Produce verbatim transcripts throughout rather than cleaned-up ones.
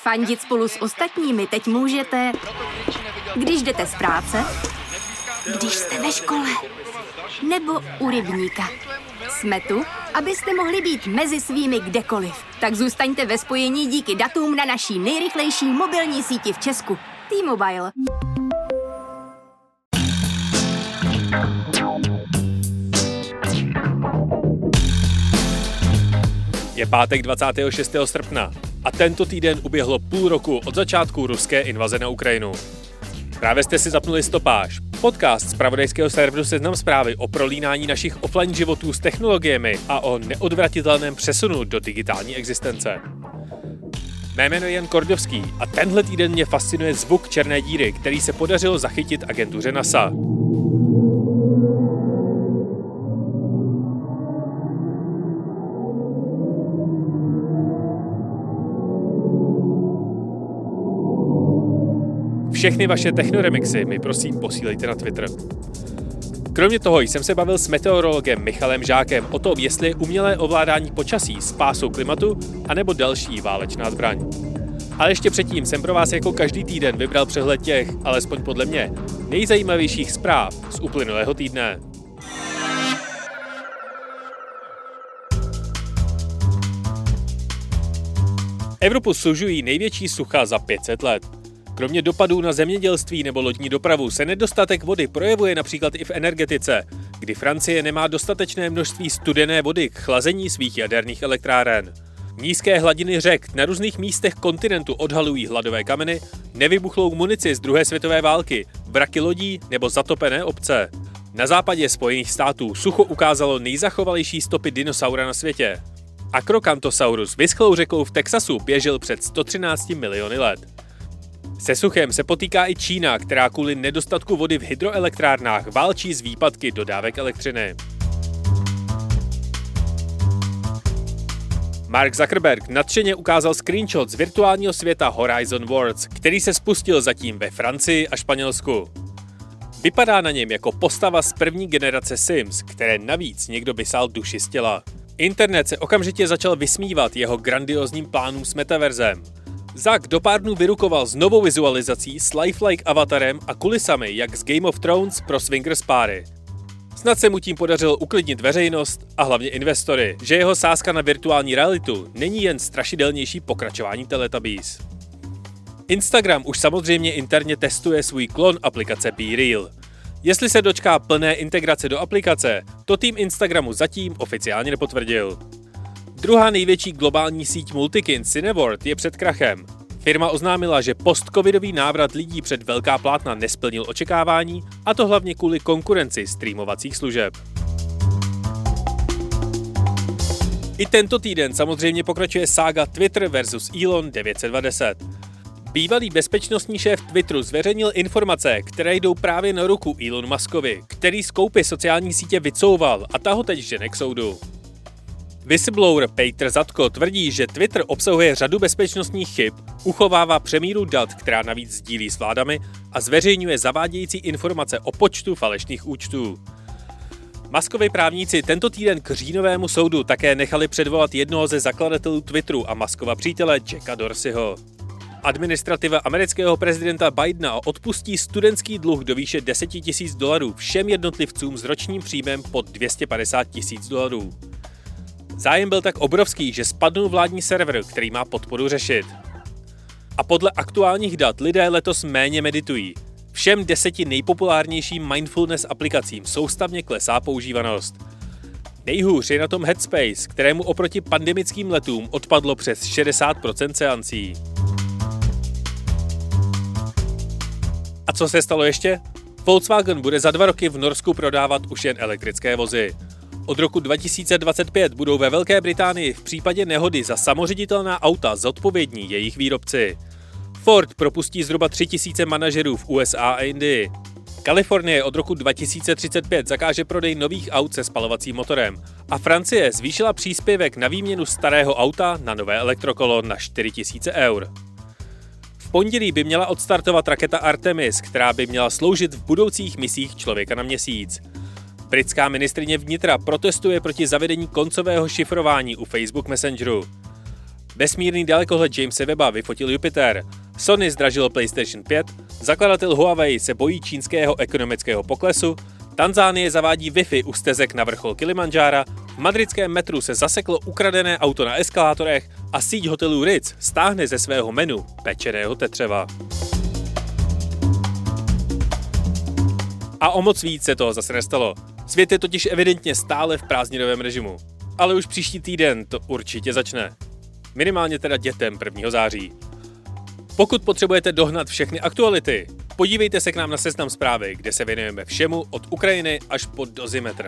Fandit spolu s ostatními teď můžete, když jdete z práce, když jste ve škole, nebo u rybníka. Jsme tu, abyste mohli být mezi svými kdekoliv. Tak zůstaňte ve spojení díky datům na naší nejrychlejší mobilní síti v Česku. T-Mobile. Je pátek dvacátého šestého srpna a tento týden uběhlo půl roku od začátku ruské invaze na Ukrajinu. Právě jste si zapnuli Stopáž, podcast z zpravodajského serveru Seznam Zprávy o prolínání našich offline životů s technologiemi a o neodvratitelném přesunu do digitální existence. Mé jméno je Jan Kordovský a tenhle týden mě fascinuje zvuk černé díry, který se podařilo zachytit agentuře NASA. Všechny vaše technoremixy mi prosím posílejte na Twitter. Kromě toho jsem se bavil s meteorologem Michalem Žákem o tom, jestli je umělé ovládání počasí spásou klimatu anebo další válečná zbraň. Ale ještě předtím jsem pro vás jako každý týden vybral přehled těch, alespoň podle mě, nejzajímavějších zpráv z uplynulého týdne. Evropu sužují největší sucha za pět set let. Kromě dopadů na zemědělství nebo lodní dopravu se nedostatek vody projevuje například i v energetice, kdy Francie nemá dostatečné množství studené vody k chlazení svých jaderných elektráren. Nízké hladiny řek na různých místech kontinentu odhalují hladové kameny, nevybuchlou munici z druhé světové války, vraky lodí nebo zatopené obce. Na západě Spojených států sucho ukázalo nejzachovalejší stopy dinosaura na světě. Acrocanthosaurus vyschlou řekou v Texasu běžel před sto třinácti miliony let. Se suchem se potýká i Čína, která kvůli nedostatku vody v hydroelektrárnách válčí s výpadky dodávek elektřiny. Mark Zuckerberg nadšeně ukázal screenshot z virtuálního světa Horizon Worlds, který se spustil zatím ve Francii a Španělsku. Vypadá na něm jako postava z první generace Sims, které navíc někdo vysál duši z těla. Internet se okamžitě začal vysmívat jeho grandiózním plánům s metaverzem. Zuck do pár dnů vyrukoval s novou vizualizací s lifelike avatarem a kulisami jak z Game of Thrones pro swingers páry. Snad se mu tím podařilo uklidnit veřejnost a hlavně investory, že jeho sázka na virtuální realitu není jen strašidelnější pokračování Teletubbies. Instagram už samozřejmě interně testuje svůj klon aplikace BeReal. Jestli se dočká plné integrace do aplikace, to tým Instagramu zatím oficiálně nepotvrdil. Druhá největší globální síť multikin Cineworld je před krachem. Firma oznámila, že post-covidový návrat lidí před velká plátna nesplnil očekávání, a to hlavně kvůli konkurenci streamovacích služeb. I tento týden samozřejmě pokračuje sága Twitter versus Elon devět set dvacet. Bývalý bezpečnostní šéf Twitteru zveřejnil informace, které jdou právě na ruku Elon Muskovi, který z koupy sociální sítě vycouval a ta ho teď žene k soudu. Whistleblower Petr Zatko tvrdí, že Twitter obsahuje řadu bezpečnostních chyb, uchovává přemíru dat, která navíc sdílí s vládami, a zveřejňuje zavádějící informace o počtu falešných účtů. Muskovi právníci tento týden k říjnovému soudu také nechali předvolat jednoho ze zakladatelů Twitteru a Muskova přítele Jacka Dorseyho. Administrativa amerického prezidenta Bidena odpustí studentský dluh do výše deset tisíc dolarů všem jednotlivcům s ročním příjmem pod dvě stě padesát tisíc dolarů. Zájem byl tak obrovský, že spadnul vládní server, který má podporu řešit. A podle aktuálních dat lidé letos méně meditují. Všem deseti nejpopulárnějším mindfulness aplikacím soustavně klesá používanost. Nejhůř je na tom Headspace, kterému oproti pandemickým letům odpadlo přes šedesát procent seancí. A co se stalo ještě? Volkswagen bude za dva roky v Norsku prodávat už jen elektrické vozy. Od roku dva tisíce dvacet pět budou ve Velké Británii v případě nehody za samoředitelná auta zodpovědní jejich výrobci. Ford propustí zhruba tři tisíce manažerů v U S A a Indii. Kalifornie od roku dva tisíce třicet pět zakáže prodej nových aut se spalovacím motorem a Francie zvýšila příspěvek na výměnu starého auta na nové elektrokolo na čtyři tisíce eur. V pondělí by měla odstartovat raketa Artemis, která by měla sloužit v budoucích misích člověka na měsíc. Britská ministryně vnitra protestuje proti zavedení koncového šifrování u Facebook Messengeru. Vesmírný dalekohled Jamese Webba vyfotil Jupiter. Sony zdražilo PlayStation pět, zakladatel Huawei se bojí čínského ekonomického poklesu, Tanzánie zavádí Wi-Fi u stezek na vrchol Kilimandžára, v madridském metru se zaseklo ukradené auto na eskalátorech a síť hotelů Ritz stáhne ze svého menu pečeného tetřeva. A o moc víc se toho zase nestalo. Svět je totiž evidentně stále v prázdninovém režimu. Ale už příští týden to určitě začne. Minimálně teda dětem prvního září. Pokud potřebujete dohnat všechny aktuality, podívejte se k nám na Seznam Zprávy, kde se věnujeme všemu od Ukrajiny až po dozimetr.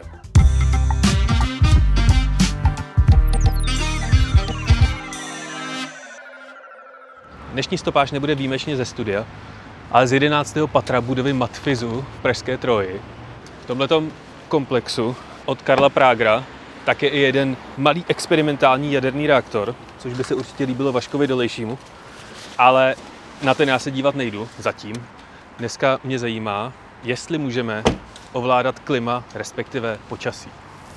Dnešní stopáž nebude výjimečně ze studia, ale z jedenáctého patra budovy Matfizu v pražské Troji. V tomhletom komplexu od Karla Pragra tak je i jeden malý experimentální jaderný reaktor, což by se určitě líbilo Vaškovi Dolejšímu, ale na ten já se dívat nejdu zatím. Dneska mě zajímá, jestli můžeme ovládat klima, respektive počasí.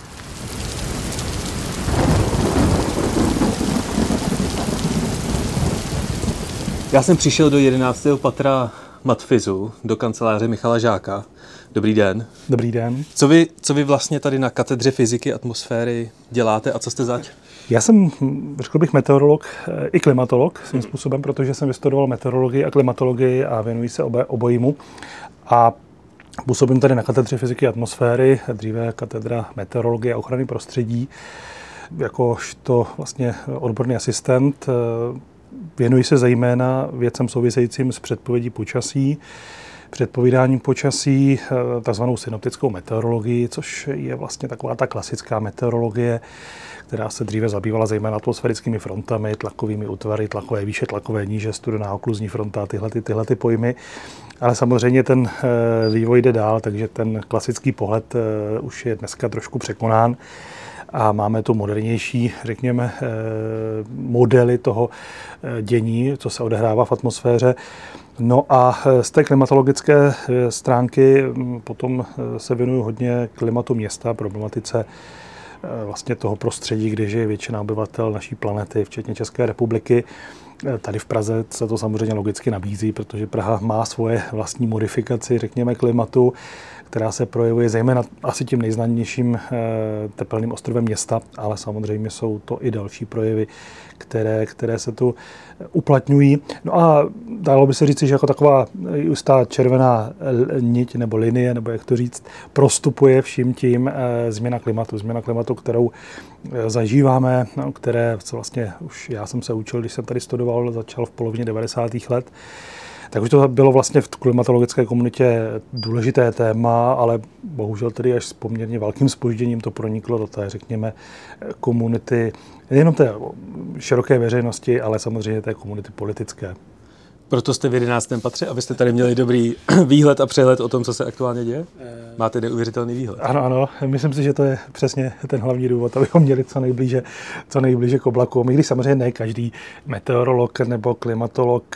Já jsem přišel do jedenáctého patra Matfizu, do kanceláře Michala Žáka. Dobrý den. Dobrý den. Co vy, co vy vlastně tady na katedře fyziky atmosféry děláte a co jste zač? Já jsem, řekl bych, meteorolog i klimatolog svým způsobem, protože jsem vystudoval meteorologii a klimatologii a věnuji se oba, obojímu. A působím tady na katedře fyziky atmosféry, dříve katedra meteorologie a ochrany prostředí, jakožto vlastně odborný asistent. Věnuji se zejména věcem souvisejícím s předpovědí počasí, předpovídáním počasí, takzvanou synoptickou meteorologii, což je vlastně taková ta klasická meteorologie, která se dříve zabývala zejména atmosférickými frontami, tlakovými útvary, tlakové výše, tlakové níže, studená okluzní fronta, tyhle, ty, tyhle ty pojmy. Ale samozřejmě ten vývoj jde dál, takže ten klasický pohled už je dneska trošku překonán. A máme tu modernější, řekněme, modely toho dění, co se odehrává v atmosféře. No a z té klimatologické stránky potom se věnuju hodně klimatu města, problematice vlastně toho prostředí, kde žije většina obyvatel naší planety, včetně České republiky. Tady v Praze se to samozřejmě logicky nabízí, protože Praha má svoje vlastní modifikaci, řekněme, klimatu, která se projevuje zejména asi tím nejznámějším tepelným ostrovem města, ale samozřejmě jsou to i další projevy, které, které se tu uplatňují. No a dalo by se říct, že jako taková jistá červená niť nebo linie, nebo jak to říct, prostupuje vším tím změna klimatu. Změna klimatu, kterou zažíváme, no, které vlastně už já jsem se učil, když jsem tady studoval, začal v polovině devadesátých let. Tak už to bylo vlastně v klimatologické komunitě důležité téma, ale bohužel tedy až s poměrně velkým zpožděním to proniklo do té, řekněme, komunity, nejenom té široké veřejnosti, ale samozřejmě té komunity politické. Proto jste v jedenáctém patře, abyste tady měli dobrý výhled a přehled o tom, co se aktuálně děje? Máte neuvěřitelný výhled. Ano, ano. Myslím si, že to je přesně ten hlavní důvod, abychom měli co nejblíže, co nejblíže k oblakům. I když samozřejmě ne každý meteorolog nebo klimatolog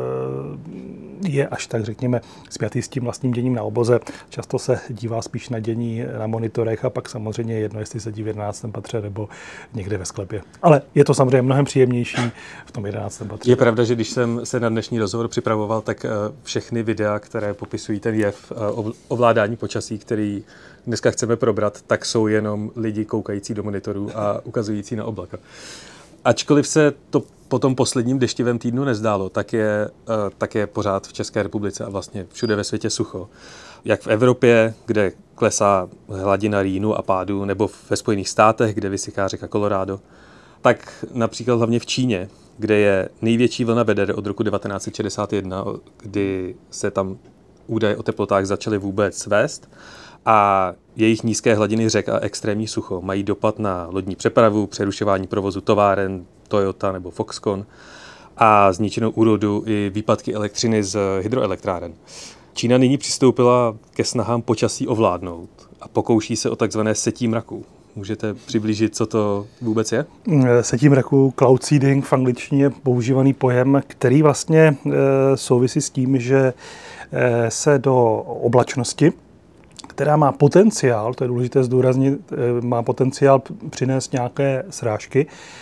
je až tak, řekněme, spjatý s tím vlastním děním na oboze. Často se dívá spíš na dění na monitorech a pak samozřejmě je jedno, jestli sedí v jedenáctém patře nebo někde ve sklepě. Ale je to samozřejmě mnohem příjemnější v tom jedenáctém patře. Je pravda, že když jsem se na dnešní rozhovor připravoval, tak všechny videa, které popisují ten jev ovládání počasí, který dneska chceme probrat, tak jsou jenom lidi koukající do monitorů a ukazující na oblaka. Ačkoliv se to po tom posledním deštivém týdnu nezdálo, tak je, tak je pořád v České republice a vlastně všude ve světě sucho. Jak v Evropě, kde klesá hladina Rýnu a pádu, nebo ve Spojených státech, kde vysychá řeka Colorado, tak například hlavně v Číně, kde je největší vlna veder od roku devatenáct set šedesát jedna, kdy se tam údaje o teplotách začaly vůbec vést a jejich nízké hladiny řek a extrémní sucho mají dopad na lodní přepravu, přerušování provozu továren Toyota nebo Foxconn a zničenou úrodu i výpadky elektřiny z hydroelektráren. Čína nyní přistoupila ke snahám počasí ovládnout a pokouší se o takzvané setí mraků. Můžete přiblížit, co to vůbec je? Setí mraků, cloud seeding v angličtině je používaný pojem, který vlastně souvisí s tím, že se do oblačnosti, která má potenciál, to je důležité zdůraznit, má potenciál přinést nějaké srážky,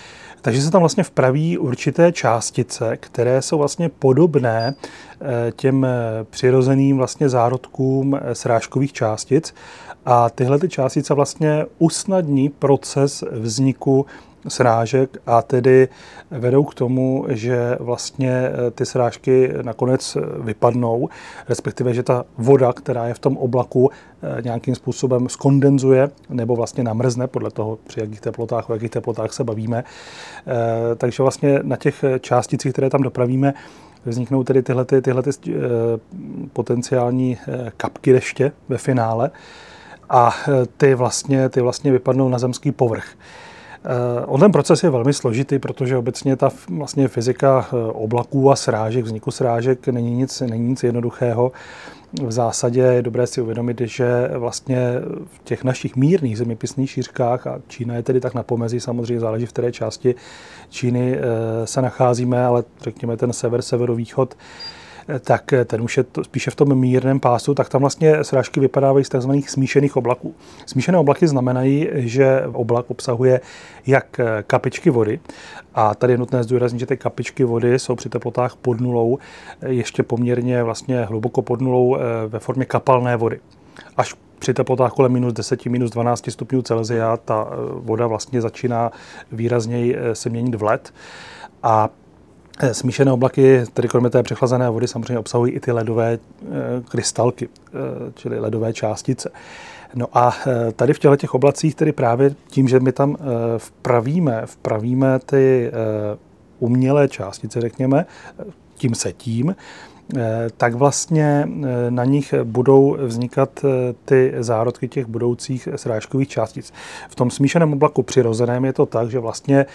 Takže se tam vlastně vpraví určité částice, které jsou vlastně podobné těm přirozeným vlastně zárodkům srážkových částic. A tyhle ty částice vlastně usnadní proces vzniku srážek a tedy vedou k tomu, že vlastně ty srážky nakonec vypadnou, respektive, že ta voda, která je v tom oblaku, nějakým způsobem skondenzuje nebo vlastně namrzne, podle toho, při jakých teplotách, o jakých teplotách se bavíme. Takže vlastně na těch částicích, které tam dopravíme, vzniknou tedy tyhle, tyhle ty potenciální kapky deště ve finále a ty vlastně, ty vlastně vypadnou na zemský povrch. On ten proces je velmi složitý, protože obecně ta vlastně fyzika oblaků a srážek, vzniku srážek není nic, není nic jednoduchého. V zásadě je dobré si uvědomit, že vlastně v těch našich mírných zeměpisných šířkách, a Čína je tedy tak na pomezí, samozřejmě záleží v které části Číny se nacházíme, ale řekněme ten sever, severovýchod, tak ten už je to spíše v tom mírném pásu, tak tam vlastně srážky vypadávají z tzv. Smíšených oblaků. Smíšené oblaky znamenají, že oblak obsahuje jak kapičky vody, a tady je nutné zdůraznit, že ty kapičky vody jsou při teplotách pod nulou, ještě poměrně vlastně hluboko pod nulou ve formě kapalné vody. Až při teplotách kolem minus deset, minus dvanáct stupňů Celsia ta voda vlastně začíná výrazněji se měnit v led. A smíšené oblaky, tedy kromě té přechlazené vody, samozřejmě obsahují i ty ledové krystalky, čili ledové částice. No a tady v těchto těch oblacích, tedy právě tím, že my tam vpravíme, vpravíme ty umělé částice, řekněme, tím setím, tak vlastně na nich budou vznikat ty zárodky těch budoucích srážkových částic. V tom smíšeném oblaku přirozeném je to tak, že vlastně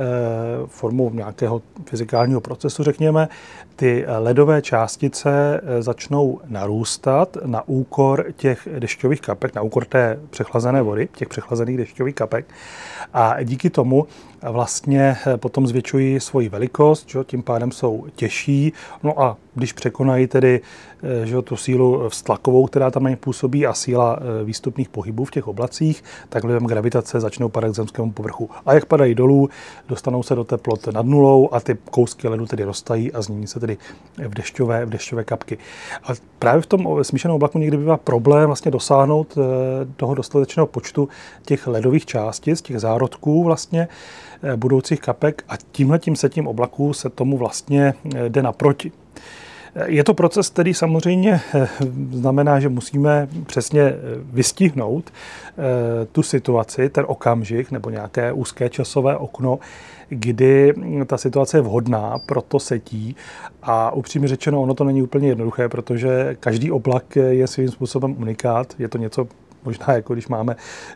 formou nějakého fyzikálního procesu, řekněme, ty ledové částice začnou narůstat na úkor těch dešťových kapek, na úkor té přechlazené vody, těch přechlazených dešťových kapek. A díky tomu vlastně potom zvětšují svoji velikost, že, tím pádem jsou těžší. No a když překonají tedy že, tu sílu vztlakovou, která tam na ně působí, a síla výstupných pohybů v těch oblacích, tak vlivem gravitace začnou padat k zemskému povrchu. A jak padají dolů, dostanou se do teplot nad nulou a ty kousky ledu tedy roztají a změní se tedy v dešťové, v dešťové kapky. A právě v tom smíšeném oblaku někdy bývá problém vlastně dosáhnout toho dostatečného počtu těch ledových částic, těch zárodků vlastně budoucích kapek, a tímhletím setím oblaků se tomu vlastně jde naproti. Je to proces, který samozřejmě znamená, že musíme přesně vystihnout tu situaci, ten okamžik nebo nějaké úzké časové okno, kdy ta situace je vhodná pro to setí, a upřímně řečeno, ono to není úplně jednoduché, protože každý oblak je svým způsobem unikát. Je to něco možná jako když máme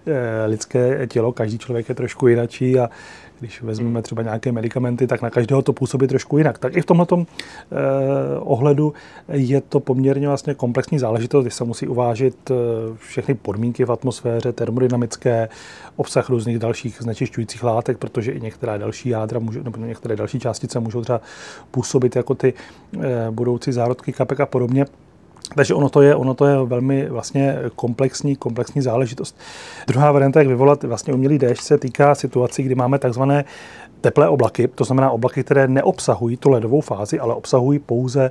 lidské tělo, každý člověk je trošku jinačí, a když vezmeme třeba nějaké medicamenty, tak na každého to působí trošku jinak. Tak i v tomhletom eh, ohledu je to poměrně vlastně komplexní záležitost, kdy se musí uvážit eh, všechny podmínky v atmosféře, termodynamické, obsah různých dalších znečišťujících látek, protože i některé další jádra můžou, nebo některé další částice můžou třeba působit jako ty eh, budoucí zárodky kapek a podobně. Takže ono to je, ono to je velmi vlastně komplexní, komplexní záležitost. Druhá varianta, jak vyvolat vlastně umělý déšť, se týká situací, kdy máme takzvané teplé oblaky, to znamená oblaky, které neobsahují tu ledovou fázi, ale obsahují pouze e,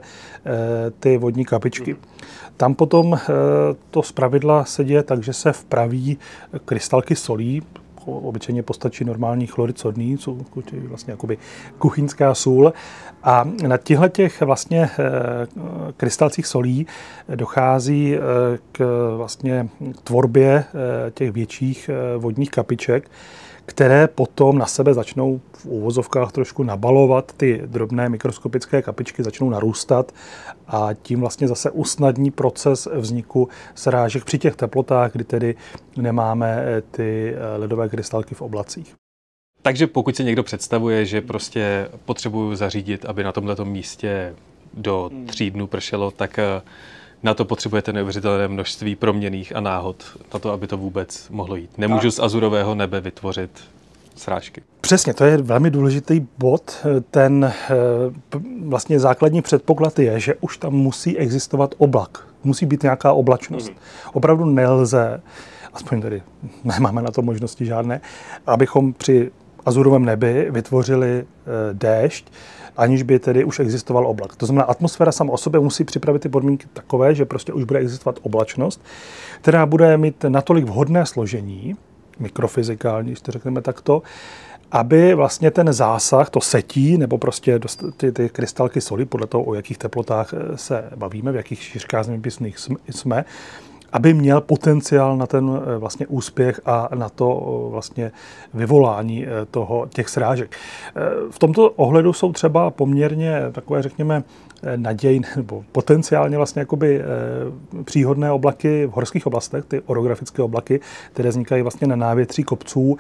ty vodní kapičky. Tam potom e, to zpravidla se děje tak, že se vpraví krystalky solí, obyčejně postačí normální chlorid sodný, vlastně jakoby kuchyňská sůl. A na těchto těch vlastně krystalcích solí dochází k vlastně tvorbě těch větších vodních kapiček, které potom na sebe začnou v úvozovkách trošku nabalovat, ty drobné mikroskopické kapičky začnou narůstat a tím vlastně zase usnadní proces vzniku srážek při těch teplotách, kdy tedy nemáme ty ledové krystalky v oblacích. Takže pokud si někdo představuje, že prostě potřebuju zařídit, aby na tomto místě do tří dnů pršelo, tak na to potřebujete neuvěřitelné množství proměnných a náhod, na to, aby to vůbec mohlo jít. Nemůžu z azurového nebe vytvořit srážky. Přesně, to je velmi důležitý bod. Ten vlastně základní předpoklad je, že už tam musí existovat oblak. Musí být nějaká oblačnost. Mm. Opravdu nelze, aspoň tedy nemáme na to možnosti žádné, abychom při azurovém nebi vytvořili déšť, aniž by tedy už existoval oblak. To znamená, atmosféra sama o sobě musí připravit ty podmínky takové, že prostě už bude existovat oblačnost, která bude mít natolik vhodné složení, mikrofyzikální, když to řekneme takto, aby vlastně ten zásah, to setí, nebo prostě ty, ty krystalky soli, podle toho, o jakých teplotách se bavíme, v jakých šířkách zeměpisných jsme, aby měl potenciál na ten vlastně úspěch a na to vlastně vyvolání toho, těch srážek. V tomto ohledu jsou třeba poměrně takové, řekněme, nadějné nebo potenciálně vlastně jakoby příhodné oblaky v horských oblastech, ty orografické oblaky, které vznikají vlastně na návětří kopců,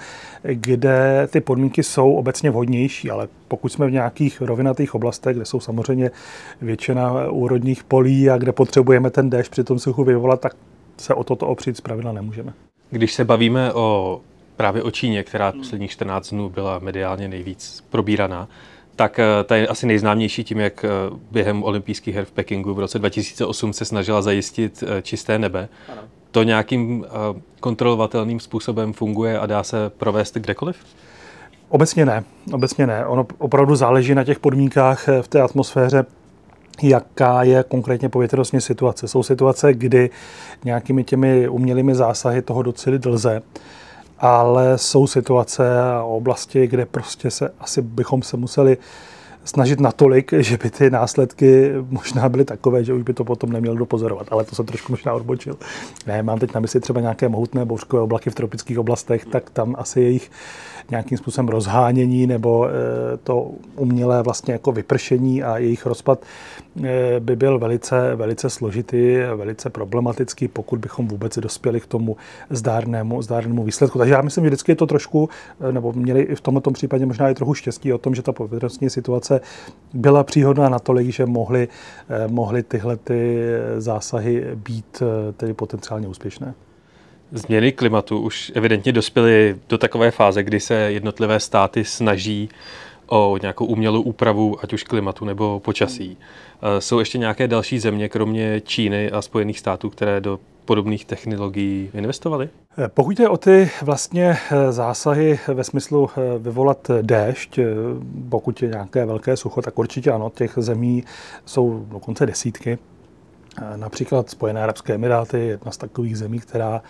kde ty podmínky jsou obecně vhodnější, ale pokud jsme v nějakých rovinatých oblastech, kde jsou samozřejmě většina úrodních polí a kde potřebujeme ten déšť při tom suchu vyvolat, tak se o toto opřít zpravidla nemůžeme. Když se bavíme o právě o Číně, která posledních čtrnáct dnů byla mediálně nejvíc probíraná, tak ta je asi nejznámější tím, jak během olympijských her v Pekingu v roce dva tisíce osm se snažila zajistit čisté nebe. Ano. To nějakým kontrolovatelným způsobem funguje a dá se provést kdekoliv? Obecně ne. Obecně ne. Ono opravdu záleží na těch podmínkách v té atmosféře, jaká je konkrétně povětrnostní situace. Jsou situace, kdy nějakými těmi umělými zásahy toho docílit lze, ale jsou situace a oblasti, kde prostě se asi bychom se museli snažit natolik, že by ty následky možná byly takové, že už by to potom neměl kdo pozorovat. Ale to jsem trošku možná odbočil. Ne, mám teď na mysli třeba nějaké mohutné bouřkové oblaky v tropických oblastech, tak tam asi jejich nějakým způsobem rozhánění nebo to umělé vlastně jako vypršení a jejich rozpad by byl velice, velice složitý, velice problematický, pokud bychom vůbec dospěli k tomu zdárnému, zdárnému výsledku. Takže já myslím, že vždycky je to trošku, nebo měli i v tomto případě možná i trochu štěstí o tom, že ta povětrnostní situace byla příhodná natolik, že mohly, mohly tyhle ty zásahy být tedy potenciálně úspěšné. Změny klimatu už evidentně dospěly do takové fáze, kdy se jednotlivé státy snaží o nějakou umělou úpravu, ať už klimatu nebo počasí. Jsou ještě nějaké další země, kromě Číny a Spojených států, které do podobných technologií investovaly? Pokud jde o ty vlastně zásahy ve smyslu vyvolat déšť, pokud je nějaké velké sucho, tak určitě ano, těch zemí jsou dokonce desítky. Například Spojené arabské emiráty je jedna z takových zemí, která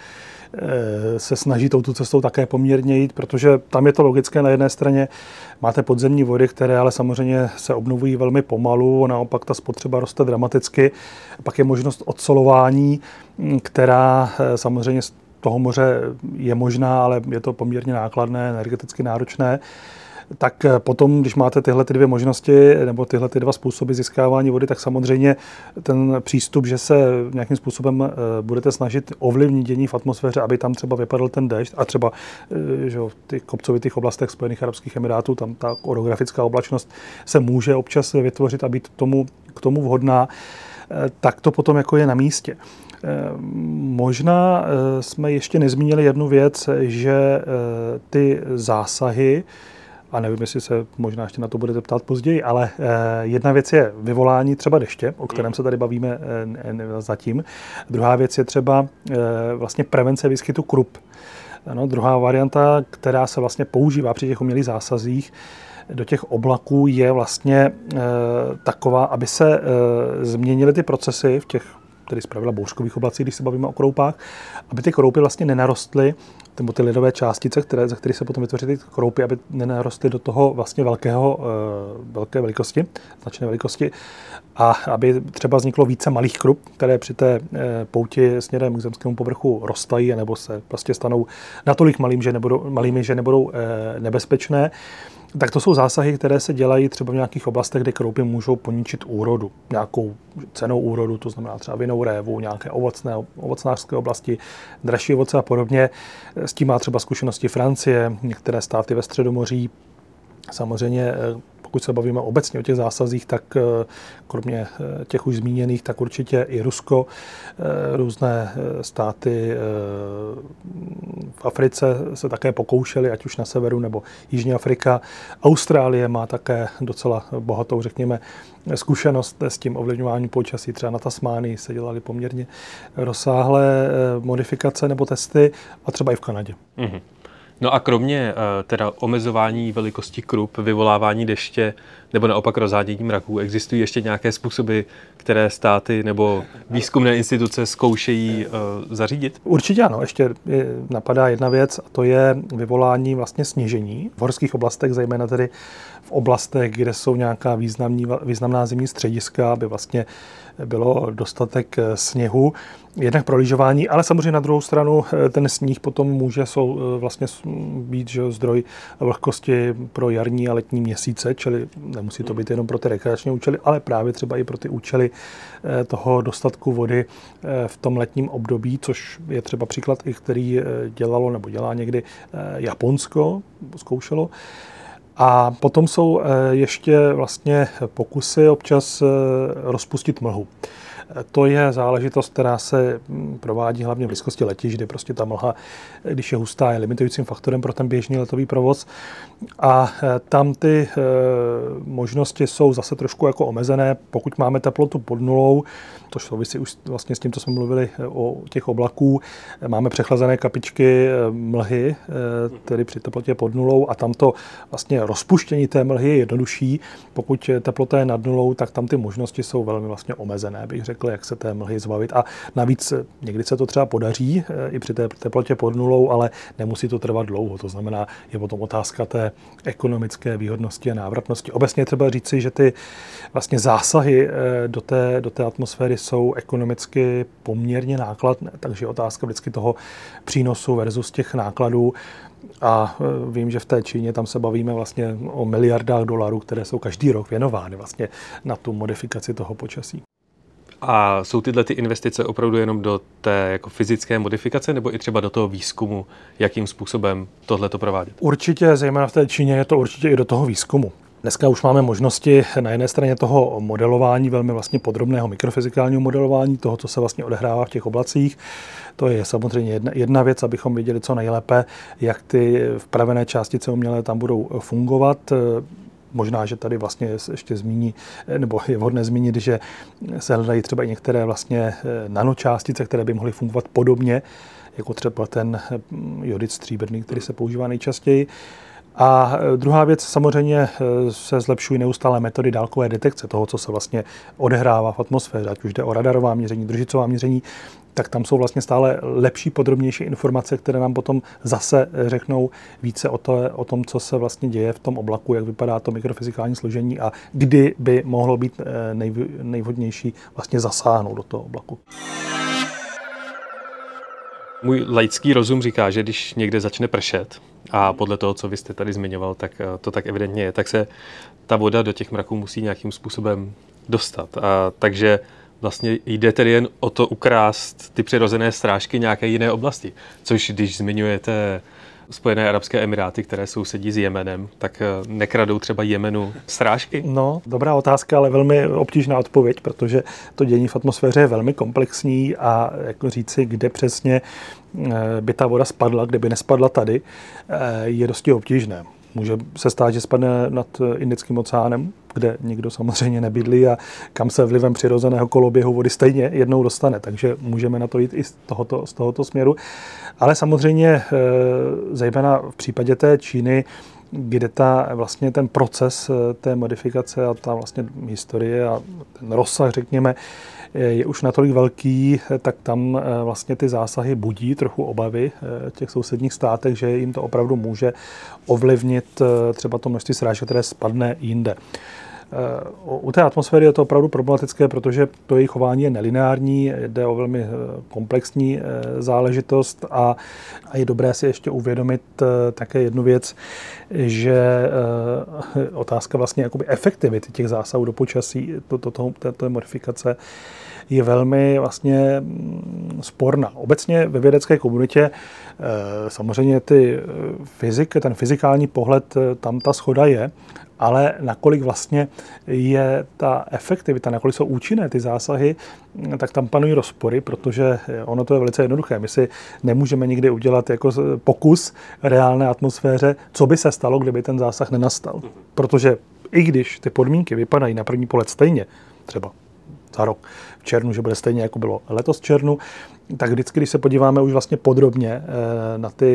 se snaží touto cestou také poměrně jít, protože tam je to logické. Na jedné straně máte podzemní vody, které ale samozřejmě se obnovují velmi pomalu, naopak ta spotřeba roste dramaticky. Pak je možnost odsolování, která samozřejmě z toho moře je možná, ale je to poměrně nákladné, energeticky náročné. Tak potom, když máte tyhle ty dvě možnosti nebo tyhle ty dva způsoby získávání vody, tak samozřejmě ten přístup, že se nějakým způsobem budete snažit ovlivnit dění v atmosféře, aby tam třeba vypadl ten déšť a třeba že v těch kopcovitých oblastech Spojených arabských emirátů, tam ta orografická oblačnost se může občas vytvořit a být k tomu, k tomu vhodná, tak to potom jako je na místě. Možná jsme ještě nezmínili jednu věc, že ty zásahy, a nevím, jestli se možná ještě na to budete ptát později, ale jedna věc je vyvolání třeba deště, o kterém se tady bavíme zatím. Druhá věc je třeba vlastně prevence výskytu krup. No, druhá varianta, která se vlastně používá při těch umělých zásazích do těch oblaků, je vlastně e, taková, aby se e, změnily ty procesy v těch, tedy zpravidla bouřkových oblacích, když se bavíme o kroupách, aby ty kroupy vlastně nenarostly, nebo ty lidové částice, které, ze kterých se potom vytvoří ty kroupy, aby nenarostly do toho vlastně velkého, e, velké velikosti, značné velikosti, a aby třeba vzniklo více malých krup, které při té e, pouti směrem k zemskému povrchu rostají, nebo se prostě stanou natolik malým, že nebudou, malými, že nebudou e, nebezpečné. Tak to jsou zásahy, které se dělají třeba v nějakých oblastech, kde kroupy můžou poničit úrodu, nějakou cennou úrodu, to znamená třeba vinnou révu, nějaké ovocné, ovocnářské oblasti, dražší ovoce a podobně. S tím má třeba zkušenosti Francie, některé státy ve Středomoří. Samozřejmě, pokud se bavíme obecně o těch zásazích, tak kromě těch už zmíněných, tak určitě i Rusko, různé státy v Africe se také pokoušely, ať už na severu nebo Jižní Afrika. Austrálie má také docela bohatou, řekněme, zkušenost s tím ovlivňováním počasí. Třeba na Tasmánii se dělaly poměrně rozsáhlé modifikace nebo testy a třeba i v Kanadě. Mm-hmm. No a kromě teda omezování velikosti krup, vyvolávání deště nebo naopak rozhádění mraků, existují ještě nějaké způsoby, které státy nebo výzkumné instituce zkoušejí zařídit? Určitě ano. Ještě napadá jedna věc, a to je vyvolání vlastně sněžení v horských oblastech, zejména tedy v oblastech, kde jsou nějaká významní, významná zimní střediska, aby vlastně bylo dostatek sněhu, jednak pro lyžování, ale samozřejmě na druhou stranu ten sníh potom může jsou vlastně být že, zdroj vlhkosti pro jarní a letní měsíce, čili nemusí to být jenom pro ty rekreační účely, ale právě třeba i pro ty účely toho dostatku vody v tom letním období, což je třeba příklad i který dělalo nebo dělá někdy Japonsko, zkoušelo. A potom jsou ještě vlastně pokusy občas rozpustit mlhu. To je záležitost, která se provádí hlavně v blízkosti letišť, kdy prostě ta mlha, když je hustá, je limitujícím faktorem pro ten běžný letový provoz. A tam ty možnosti jsou zase trošku jako omezené. Pokud máme teplotu pod nulou, to souvisí už vlastně s tím, co jsme mluvili o těch oblaků, máme přechlazené kapičky mlhy, tedy při teplotě pod nulou, a tam to vlastně rozpuštění té mlhy je jednodušší. Pokud teplota je nad nulou, tak tam ty možnosti jsou velmi vlastně omezené, bych řekl, jak se té mlhy zbavit. A navíc někdy se to třeba podaří i při té teplotě pod nulou, ale nemusí to trvat dlouho. To znamená, je potom otázka té ekonomické výhodnosti a návratnosti. Obecně třeba říci, že ty vlastně zásahy do té, do té atmosféry jsou ekonomicky poměrně nákladné, takže je otázka vždycky toho přínosu versus těch nákladů. A vím, že v té Číně tam se bavíme vlastně o miliardách dolarů, které jsou každý rok věnovány vlastně na tu modifikaci toho počasí. A jsou tyhle ty investice opravdu jenom do té jako fyzické modifikace nebo i třeba do toho výzkumu, jakým způsobem tohle to provádět? Určitě, zejména v té Číně je to určitě i do toho výzkumu. Dneska už máme možnosti na jedné straně toho modelování, velmi vlastně podrobného mikrofyzikálního modelování, toho, co se vlastně odehrává v těch oblacích. To je samozřejmě jedna, jedna věc, abychom viděli co nejlépe, jak ty vpravené částice umělé tam budou fungovat. Možná, že tady vlastně ještě zmíní, nebo je vhodné zmínit, že se hledají třeba i některé vlastně nanočástice, které by mohly fungovat podobně, jako třeba ten jodid stříbrný, který se používá nejčastěji. A druhá věc, samozřejmě se zlepšují neustále metody dálkové detekce toho, co se vlastně odehrává v atmosféře, ať už jde o radarová měření, družicová měření, tak tam jsou vlastně stále lepší, podrobnější informace, které nám potom zase řeknou více o, to, o tom, co se vlastně děje v tom oblaku, jak vypadá to mikrofyzikální složení a kdy by mohlo být nej, nejvhodnější vlastně zasáhnout do toho oblaku. Můj laický rozum říká, že když někde začne pršet, a podle toho, co vy jste tady zmiňoval, tak to tak evidentně je, tak se ta voda do těch mraků musí nějakým způsobem dostat. A takže vlastně jde tedy jen o to ukrást ty přirozené srážky nějaké jiné oblasti. Což když zmiňujete Spojené arabské emiráty, které sousedí s Jemenem, tak nekradou třeba Jemenu srážky? No, dobrá otázka, ale velmi obtížná odpověď, protože to dění v atmosféře je velmi komplexní a jako říci, kde přesně by ta voda spadla, kde by nespadla tady, je dosti obtížné. Může se stát, že spadne nad Indickým oceánem, kde nikdo samozřejmě nebydlí a kam se vlivem přirozeného koloběhu vody stejně jednou dostane. Takže můžeme na to jít i z tohoto, z tohoto směru. Ale samozřejmě zejména v případě té Číny, kde ta, vlastně ten proces té modifikace a ta vlastně historie a ten rozsah, řekněme, je už natolik velký, tak tam vlastně ty zásahy budí trochu obavy v těch sousedních státech, že jim to opravdu může ovlivnit třeba to množství srážek, které spadne jinde. U té atmosféry je to opravdu problematické, protože to její chování je nelineární, jde o velmi komplexní záležitost a je dobré si ještě uvědomit také jednu věc, že otázka vlastně jakoby efektivity těch zásahů do počasí, to, to, to, této modifikace, je velmi vlastně sporná. Obecně ve vědecké komunitě samozřejmě ty fyzik, ten fyzikální pohled, tam ta shoda je, ale nakolik vlastně je ta efektivita, nakolik jsou účinné ty zásahy, tak tam panují rozpory, protože ono to je velice jednoduché. My si nemůžeme nikdy udělat jako pokus reálné atmosféře, co by se stalo, kdyby ten zásah nenastal. Protože i když ty podmínky vypadají na první pohled stejně, třeba za rok v červnu, že bude stejně, jako bylo letos v červnu, tak vždycky, když se podíváme už vlastně podrobně na ty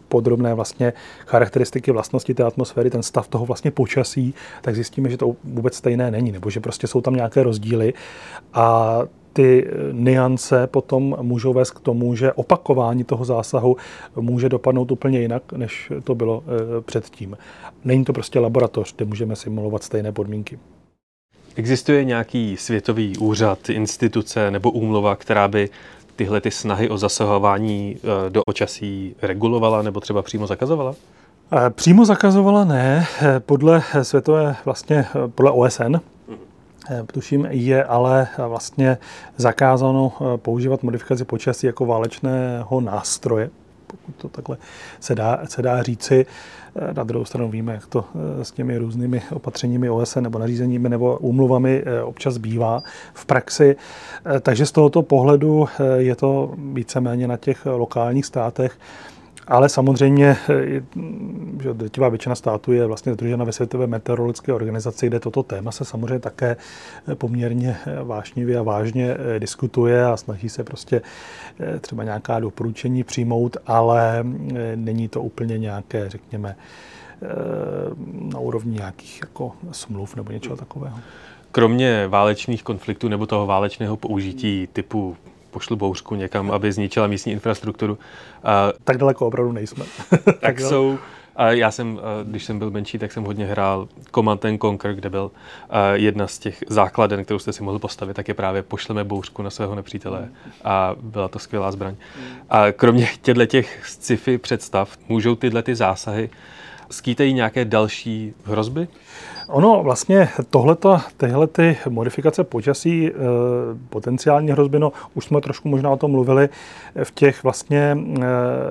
podrobné vlastně charakteristiky vlastnosti té atmosféry, ten stav toho vlastně počasí, tak zjistíme, že to vůbec stejné není, nebo že prostě jsou tam nějaké rozdíly a ty nuance potom můžou vést k tomu, že opakování toho zásahu může dopadnout úplně jinak, než to bylo předtím. Není to prostě laboratoř, kde můžeme simulovat stejné podmínky. Existuje nějaký světový úřad, instituce nebo úmluva, která by tyhle ty snahy o zasahování do počasí regulovala nebo třeba přímo zakazovala? Přímo zakazovala ne. Podle světové, vlastně podle O S N, tuším, je ale vlastně zakázáno používat modifikaci počasí jako válečného nástroje, pokud to takhle se dá, se dá říci. Na druhou stranu víme, jak to s těmi různými opatřeními O S N nebo nařízeními nebo úmluvami občas bývá v praxi. Takže z tohoto pohledu je to víceméně na těch lokálních státech. Ale samozřejmě, že drtivá většina států je vlastně združena ve Světové meteorologické organizaci, kde toto téma se samozřejmě také poměrně vášnivě a vážně diskutuje a snaží se prostě třeba nějaká doporučení přijmout, ale není to úplně nějaké, řekněme, na úrovni nějakých jako smluv nebo něčeho takového. Kromě válečných konfliktů nebo toho válečného použití typu pošlu bouřku někam, aby zničila místní infrastrukturu. Tak daleko opravdu nejsme. tak jsou, já jsem, když jsem byl menší, tak jsem hodně hrál Command and Conquer, kde byl jedna z těch základen, kterou jste si mohl postavit, tak je právě pošleme bouřku na svého nepřítele a byla to skvělá zbraň. A kromě těchto těch sci-fi představ můžou tyhle ty zásahy skýtají nějaké další hrozby? Ono vlastně tohleto, tyhle ty modifikace počasí, e, potenciální hrozby, no už jsme trošku možná o tom mluvili, v těch vlastně e,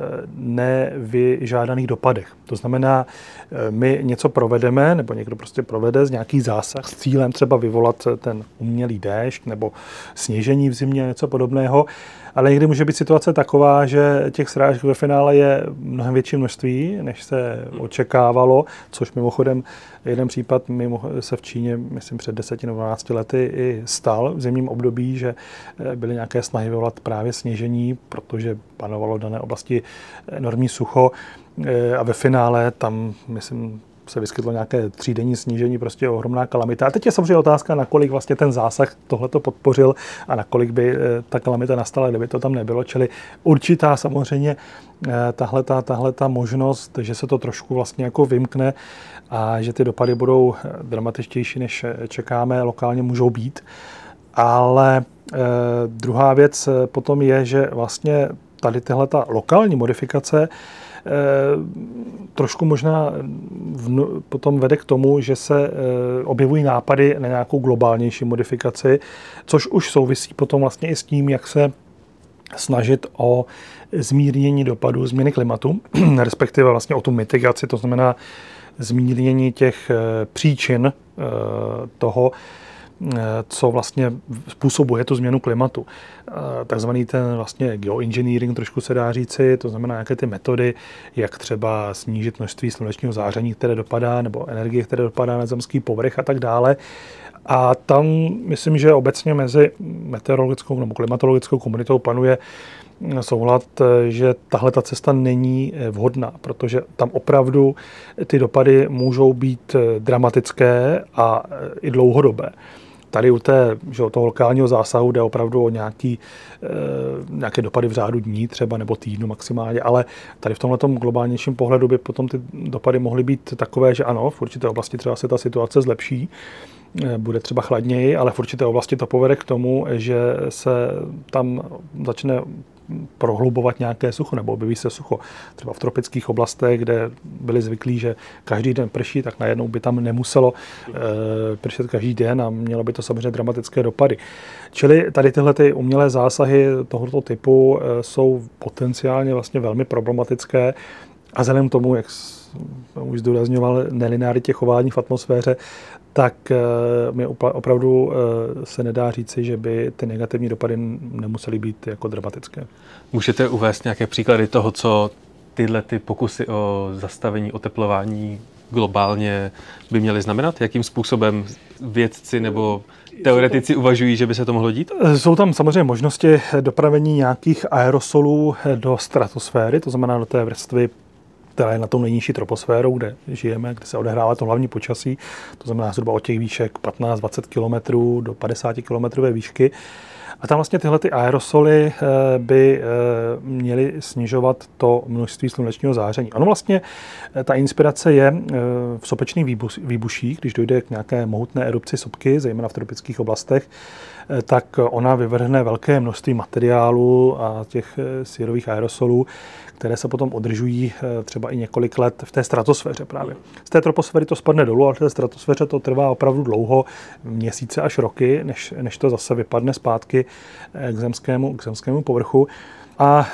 nevyžádaných dopadech. To znamená, e, my něco provedeme, nebo někdo prostě provede z nějaký zásah s cílem třeba vyvolat ten umělý déšť nebo sněžení v zimě, něco podobného, ale někdy může být situace taková, že těch srážek ve finále je mnohem větší množství, než se očekávalo, což mimochodem jeden případ mimo se v Číně, myslím, před deseti nebo dvanácti lety i stal v zimním období, že byly nějaké snahy vyvolat právě sněžení, protože panovalo v dané oblasti enormní sucho a ve finále tam, myslím, se vyskytlo nějaké třídenní snížení, prostě ohromná kalamita. A teď je samozřejmě otázka, nakolik vlastně ten zásah tohleto podpořil a nakolik by ta kalamita nastala, kdyby to tam nebylo. Čili určitá samozřejmě tahleta, tahleta možnost, že se to trošku vlastně jako vymkne a že ty dopady budou dramatičtější, než čekáme, lokálně můžou být. Ale eh, druhá věc potom je, že vlastně tady tahleta lokální modifikace trošku možná vnu, potom vede k tomu, že se objevují nápady na nějakou globálnější modifikaci, což už souvisí potom vlastně i s tím, jak se snažit o zmírnění dopadů změny klimatu, respektive vlastně o tu mitigaci, to znamená zmírnění těch příčin toho, co vlastně způsobuje tu změnu klimatu. Takzvaný ten vlastně geoengineering trošku se dá říci, to znamená nějaké ty metody, jak třeba snížit množství slunečního záření, které dopadá, nebo energie, které dopadá na zemský povrch a tak dále. A tam myslím, že obecně mezi meteorologickou nebo klimatologickou komunitou panuje souhlad, že tahle ta cesta není vhodná, protože tam opravdu ty dopady můžou být dramatické a i dlouhodobé. Tady u té, že toho lokálního zásahu jde opravdu o nějaký, e, nějaké dopady v řádu dní třeba nebo týdnu maximálně, ale tady v tomhletom globálnějším pohledu by potom ty dopady mohly být takové, že ano, v určité oblasti třeba se ta situace zlepší, e, bude třeba chladněji, ale v určité oblasti to povede k tomu, že se tam začne prohlubovat nějaké sucho nebo objeví se sucho. Třeba v tropických oblastech, kde byli zvyklí, že každý den prší, tak najednou by tam nemuselo e, pršet každý den a mělo by to samozřejmě dramatické dopady. Čili tady tyhle ty umělé zásahy tohoto typu e, jsou potenciálně vlastně velmi problematické a vzhledem k tomu, jak už zdůrazňoval, nelinearitě chování v atmosféře, tak mi opravdu se nedá říci, že by ty negativní dopady nemusely být jako dramatické. Můžete uvést nějaké příklady toho, co tyhle ty pokusy o zastavení oteplování globálně by měly znamenat? Jakým způsobem vědci nebo teoretici uvažují, že by se to mohlo dít? Jsou tam samozřejmě možnosti dopravení nějakých aerosolů do stratosféry, to znamená do té vrstvy která je na tom nejnižší troposférou, kde žijeme, kde se odehrává to hlavní počasí, to znamená zhruba od těch výšek patnáct dvacet kilometrů do padesát kilometrů výšky. A tam vlastně tyhle ty aerosoly by měly snižovat to množství slunečního záření. Ono vlastně, ta inspirace je v sopečných výbuších, když dojde k nějaké mohutné erupci sopky, zejména v tropických oblastech, tak ona vyvrhne velké množství materiálu a těch sírových aerosolů, které se potom održují třeba i několik let v té stratosféře právě. Z té troposféry to spadne dolů, ale v té stratosféře to trvá opravdu dlouho, měsíce až roky, než, než to zase vypadne zpátky k zemskému, k zemskému povrchu. A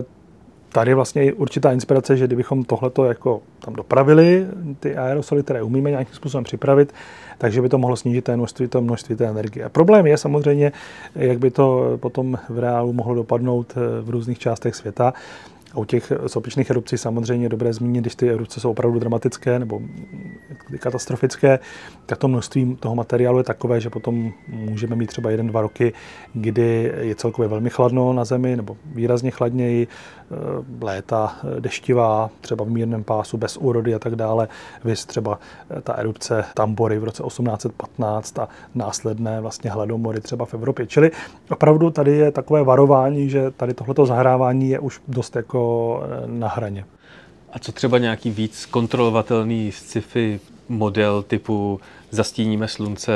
tady vlastně je určitá inspirace, že kdybychom tohleto jako tam dopravili, ty aerosoly, které umíme nějakým způsobem připravit, takže by to mohlo snížit té množství, to množství té energie. Problém je samozřejmě, jak by to potom v reálu mohlo dopadnout v různých částech světa. A u těch sopečných erupcí samozřejmě je dobré zmínit, když ty erupce jsou opravdu dramatické nebo katastrofické, tak to množství toho materiálu je takové, že potom můžeme mít třeba jeden, dva roky, kdy je celkově velmi chladno na Zemi nebo výrazně chladněji, léta deštivá, třeba v mírném pásu, bez úrody a tak dále. Vys třeba ta erupce Tambory v roce osmnáct set patnáct a následné vlastně hladomory třeba v Evropě. Čili opravdu tady je takové varování, že tady tohleto zahrávání je už dost jako na hraně. A co třeba nějaký víc kontrolovatelný sci-fi model typu zastíníme slunce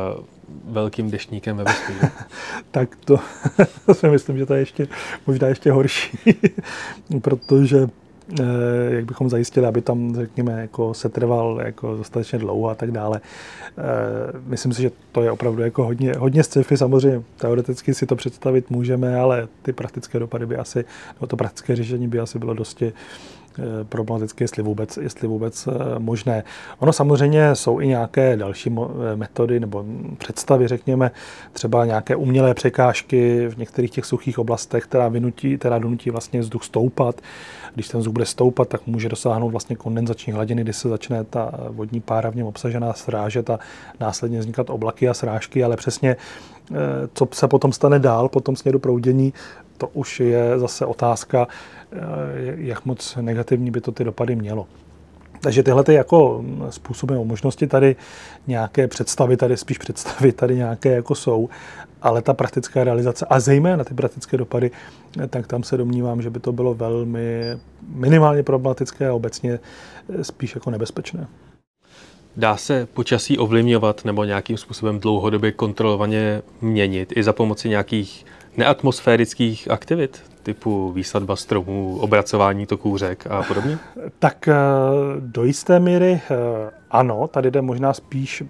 velkým deštníkem ve vesmíru? Tak to si myslím, že to je ještě, možná ještě horší, protože jak bychom zajistili, aby tam, řekněme, jako se trval jako dostatečně dlouho a tak dále. Myslím si, že to je opravdu jako hodně, hodně sci-fi. Samozřejmě teoreticky si to představit můžeme, ale ty praktické dopady by asi, nebo to praktické řešení by asi bylo dosti problematické, jestli vůbec, jestli vůbec možné. Ono samozřejmě jsou i nějaké další metody nebo představy, řekněme, třeba nějaké umělé překážky v některých těch suchých oblastech, která vynutí, která donutí vlastně vzduch stoupat. Když ten vzduch bude stoupat, tak může dosáhnout vlastně kondenzační hladiny, kdy se začne ta vodní pára v něm obsažená srážet a následně vznikat oblaky a srážky, ale přesně co se potom stane dál po tom směru proudění, to už je zase otázka, jak moc negativní by to ty dopady mělo. Takže tyhle ty jako způsoby o možnosti tady nějaké představy, tady spíš představy tady nějaké jako jsou, ale ta praktická realizace a zejména ty praktické dopady, tak tam se domnívám, že by to bylo velmi minimálně problematické a obecně spíš jako nebezpečné. Dá se počasí ovlivňovat nebo nějakým způsobem dlouhodobě kontrolovaně měnit i za pomoci nějakých neatmosférických aktivit, typu výsadba stromů, obracování toků řek a podobně? Tak do jisté míry ano, tady jde možná spíš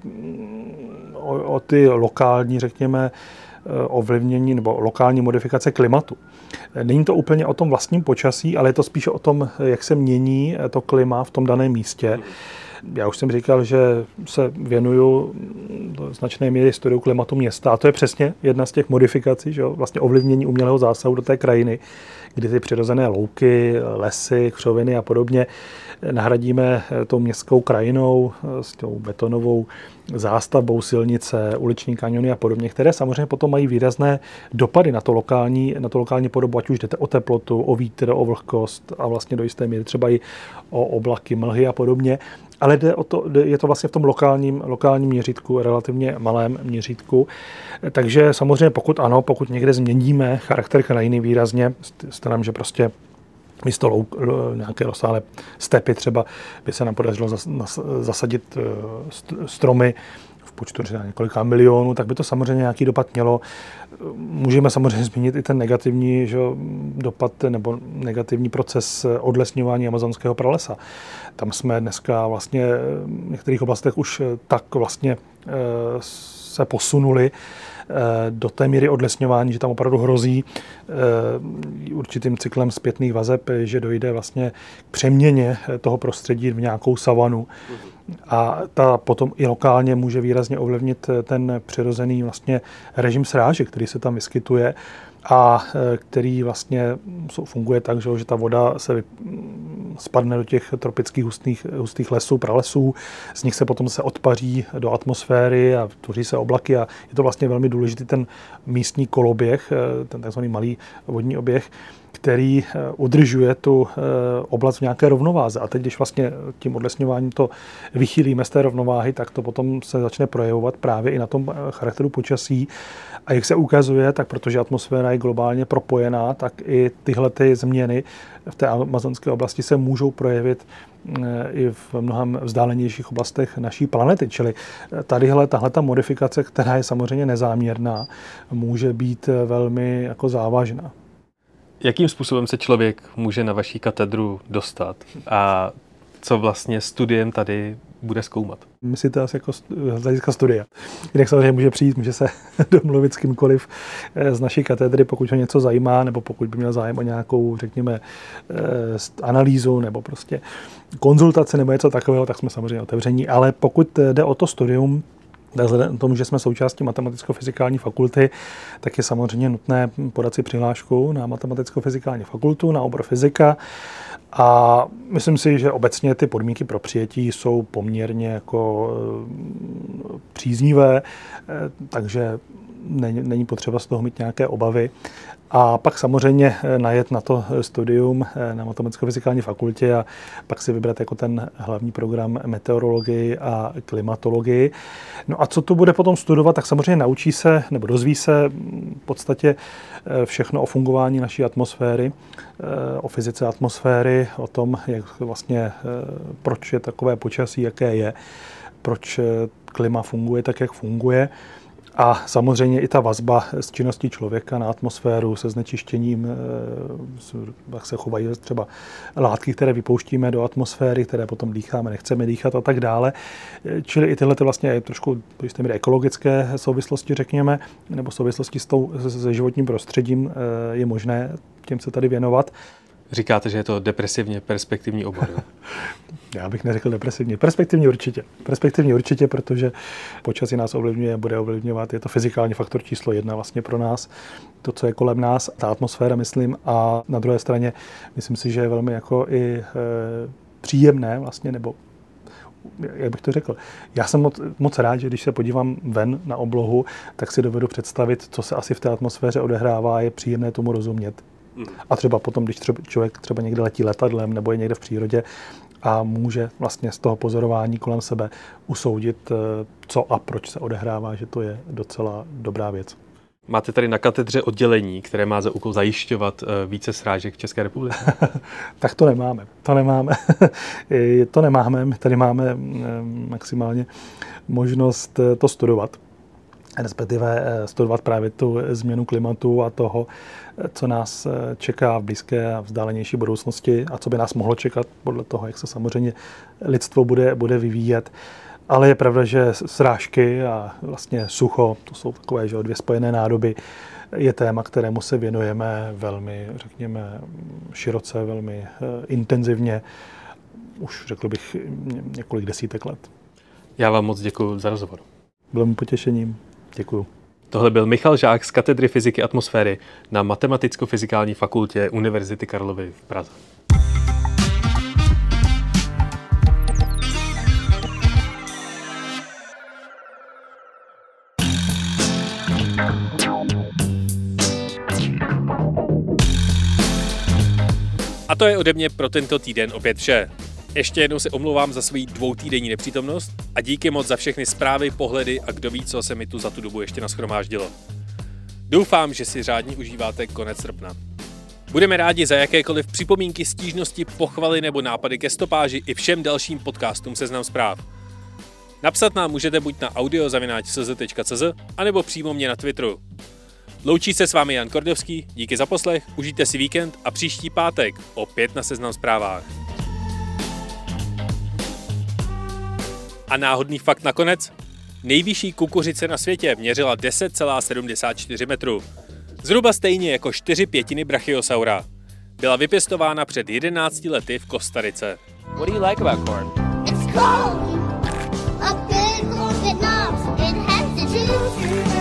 o, o ty lokální, řekněme, ovlivnění nebo lokální modifikace klimatu. Není to úplně o tom vlastním počasí, ale je to spíš o tom, jak se mění to klima v tom daném místě. Já už jsem říkal, že se věnuju do značné míry studiu klimatu města a to je přesně jedna z těch modifikací, že jo? Vlastně ovlivnění umělého zásahu do té krajiny, kdy ty přirozené louky, lesy, křoviny a podobně nahradíme tou městskou krajinou s tou betonovou zástavbou silnice, uliční kaniony a podobně, které samozřejmě potom mají výrazné dopady na to lokální, na to lokální podobu, ať už jdete o teplotu, o vítr, o vlhkost a vlastně do jisté míry třeba i o oblaky, mlhy a podobně. Ale jde o to, je to vlastně v tom lokálním, lokálním měřítku, relativně malém měřítku. Takže samozřejmě pokud ano, pokud někde změníme charakter krajiny výrazně, stanám, že prostě místo louk, nějaké rozsáhlé stepy třeba by se nám podařilo zas, nas, zasadit stromy v počtu třeba několika milionů, tak by to samozřejmě nějaký dopad mělo. Můžeme samozřejmě zmínit i ten negativní, že, dopad nebo negativní proces odlesňování amazonského pralesa. Tam jsme dneska vlastně v některých oblastech už tak vlastně se posunuli do té míry odlesňování, že tam opravdu hrozí určitým cyklem zpětných vazeb, že dojde vlastně k přeměně toho prostředí v nějakou savanu. A ta potom i lokálně může výrazně ovlivnit ten přirozený vlastně režim srážek, který se tam vyskytuje a který vlastně funguje tak, že ta voda se spadne do těch tropických hustých, hustých lesů, pralesů, z nich se potom se odpaří do atmosféry a tvoří se oblaky a je to vlastně velmi důležitý ten místní koloběh, ten takzvaný malý vodní oběh, který udržuje tu oblast v nějaké rovnováze. A teď, když vlastně tím odlesňováním to vychýlíme z té rovnováhy, tak to potom se začne projevovat právě i na tom charakteru počasí. A jak se ukazuje, tak protože atmosféra je globálně propojená, tak i tyhle ty změny v té amazonské oblasti se můžou projevit i v mnohem vzdálenějších oblastech naší planety. Čili tadyhle, tahle ta modifikace, která je samozřejmě nezáměrná, může být velmi jako závažná. Jakým způsobem se člověk může na vaší katedru dostat a co vlastně studiem tady bude zkoumat? Myslíte asi jako z hlediska studia. Jinak samozřejmě může přijít, může se domluvit s kýmkoliv z naší katedry, pokud ho něco zajímá, nebo pokud by měl zájem o nějakou, řekněme, analýzu, nebo prostě konzultaci, nebo něco takového, tak jsme samozřejmě otevření. Ale pokud jde o to studium, vzhledem k tomu, že jsme součástí matematicko-fyzikální fakulty, tak je samozřejmě nutné podat si přihlášku na matematicko-fyzikální fakultu, na obor fyzika. A myslím si, že obecně ty podmínky pro přijetí jsou poměrně jako příznivé, takže není potřeba z toho mít nějaké obavy. A pak samozřejmě najet na to studium na matematicko-fyzikální fakultě a pak si vybrat jako ten hlavní program meteorologii a klimatologii. No a co tu bude potom studovat, tak samozřejmě naučí se nebo dozví se v podstatě všechno o fungování naší atmosféry, o fyzice atmosféry, o tom, jak vlastně, proč je takové počasí, jaké je, proč klima funguje tak, jak funguje. A samozřejmě i ta vazba s činností člověka na atmosféru, se znečištěním, jak se chovají třeba látky, které vypouštíme do atmosféry, které potom dýcháme, nechceme dýchat a tak dále. Čili i tyhle ty vlastně trošku ekologické souvislosti, řekněme, nebo souvislosti s tou, se životním prostředím je možné těm se tady věnovat. Říkáte, že je to depresivně perspektivní obor. Já bych neřekl depresivně. Perspektivní určitě. Perspektivní určitě, protože počasí nás ovlivňuje, bude ovlivňovat. Je to fyzikální faktor číslo jedna vlastně pro nás. To, co je kolem nás, ta atmosféra, myslím. A na druhé straně myslím si, že je velmi jako i e, příjemné vlastně, nebo jak bych to řekl. Já jsem moc, moc rád, že když se podívám ven na oblohu, tak si dovedu představit, co se asi v té atmosféře odehrává, je příjemné tomu rozumět. A třeba potom, když třeba člověk třeba někde letí letadlem nebo je někde v přírodě a může vlastně z toho pozorování kolem sebe usoudit, co a proč se odehrává, že to je docela dobrá věc. Máte tady na katedře oddělení, které má za úkol zajišťovat více srážek v České republice? Tak to nemáme. To nemáme. to nemáme. My tady máme maximálně možnost to studovat. Respektive studovat právě tu změnu klimatu a toho, co nás čeká v blízké a vzdálenější budoucnosti a co by nás mohlo čekat podle toho, jak se samozřejmě lidstvo bude, bude vyvíjet. Ale je pravda, že srážky a vlastně sucho, to jsou takové, že dvě spojené nádoby, je téma, kterému se věnujeme velmi, řekněme, široce, velmi intenzivně. Už řekl bych několik desítek let. Já vám moc děkuji za rozhovor. Bylo mi potěšením. Děkuju. Tohle byl Michal Žák z katedry fyziky atmosféry na Matematicko-fyzikální fakultě Univerzity Karlovy v Praze. A to je ode mě pro tento týden opět vše. Ještě jednou se omlouvám za svou dvoutýdenní nepřítomnost a díky moc za všechny zprávy, pohledy a kdo ví, co se mi tu za tu dobu ještě nashromáždilo. Doufám, že si řádně užíváte konec srpna. Budeme rádi za jakékoliv připomínky, stížnosti, pochvaly nebo nápady ke stopáži i všem dalším podcastům Seznam zpráv. Napsat nám můžete buď na audio zavináč c z tečka c z anebo přímo mě na Twitteru. Loučí se s vámi Jan Kordovský, díky za poslech, užijte si víkend a příští pátek opět na Seznam zprávách. A náhodný fakt nakonec? Nejvyšší kukuřice na světě měřila deset celá sedmdesát čtyři metru. Zhruba stejně jako čtyři pětiny brachiosaura. Byla vypěstována před jedenácti lety v Kostarice. What do you like about corn? It's cold. A good corn that knobs. It has the juice.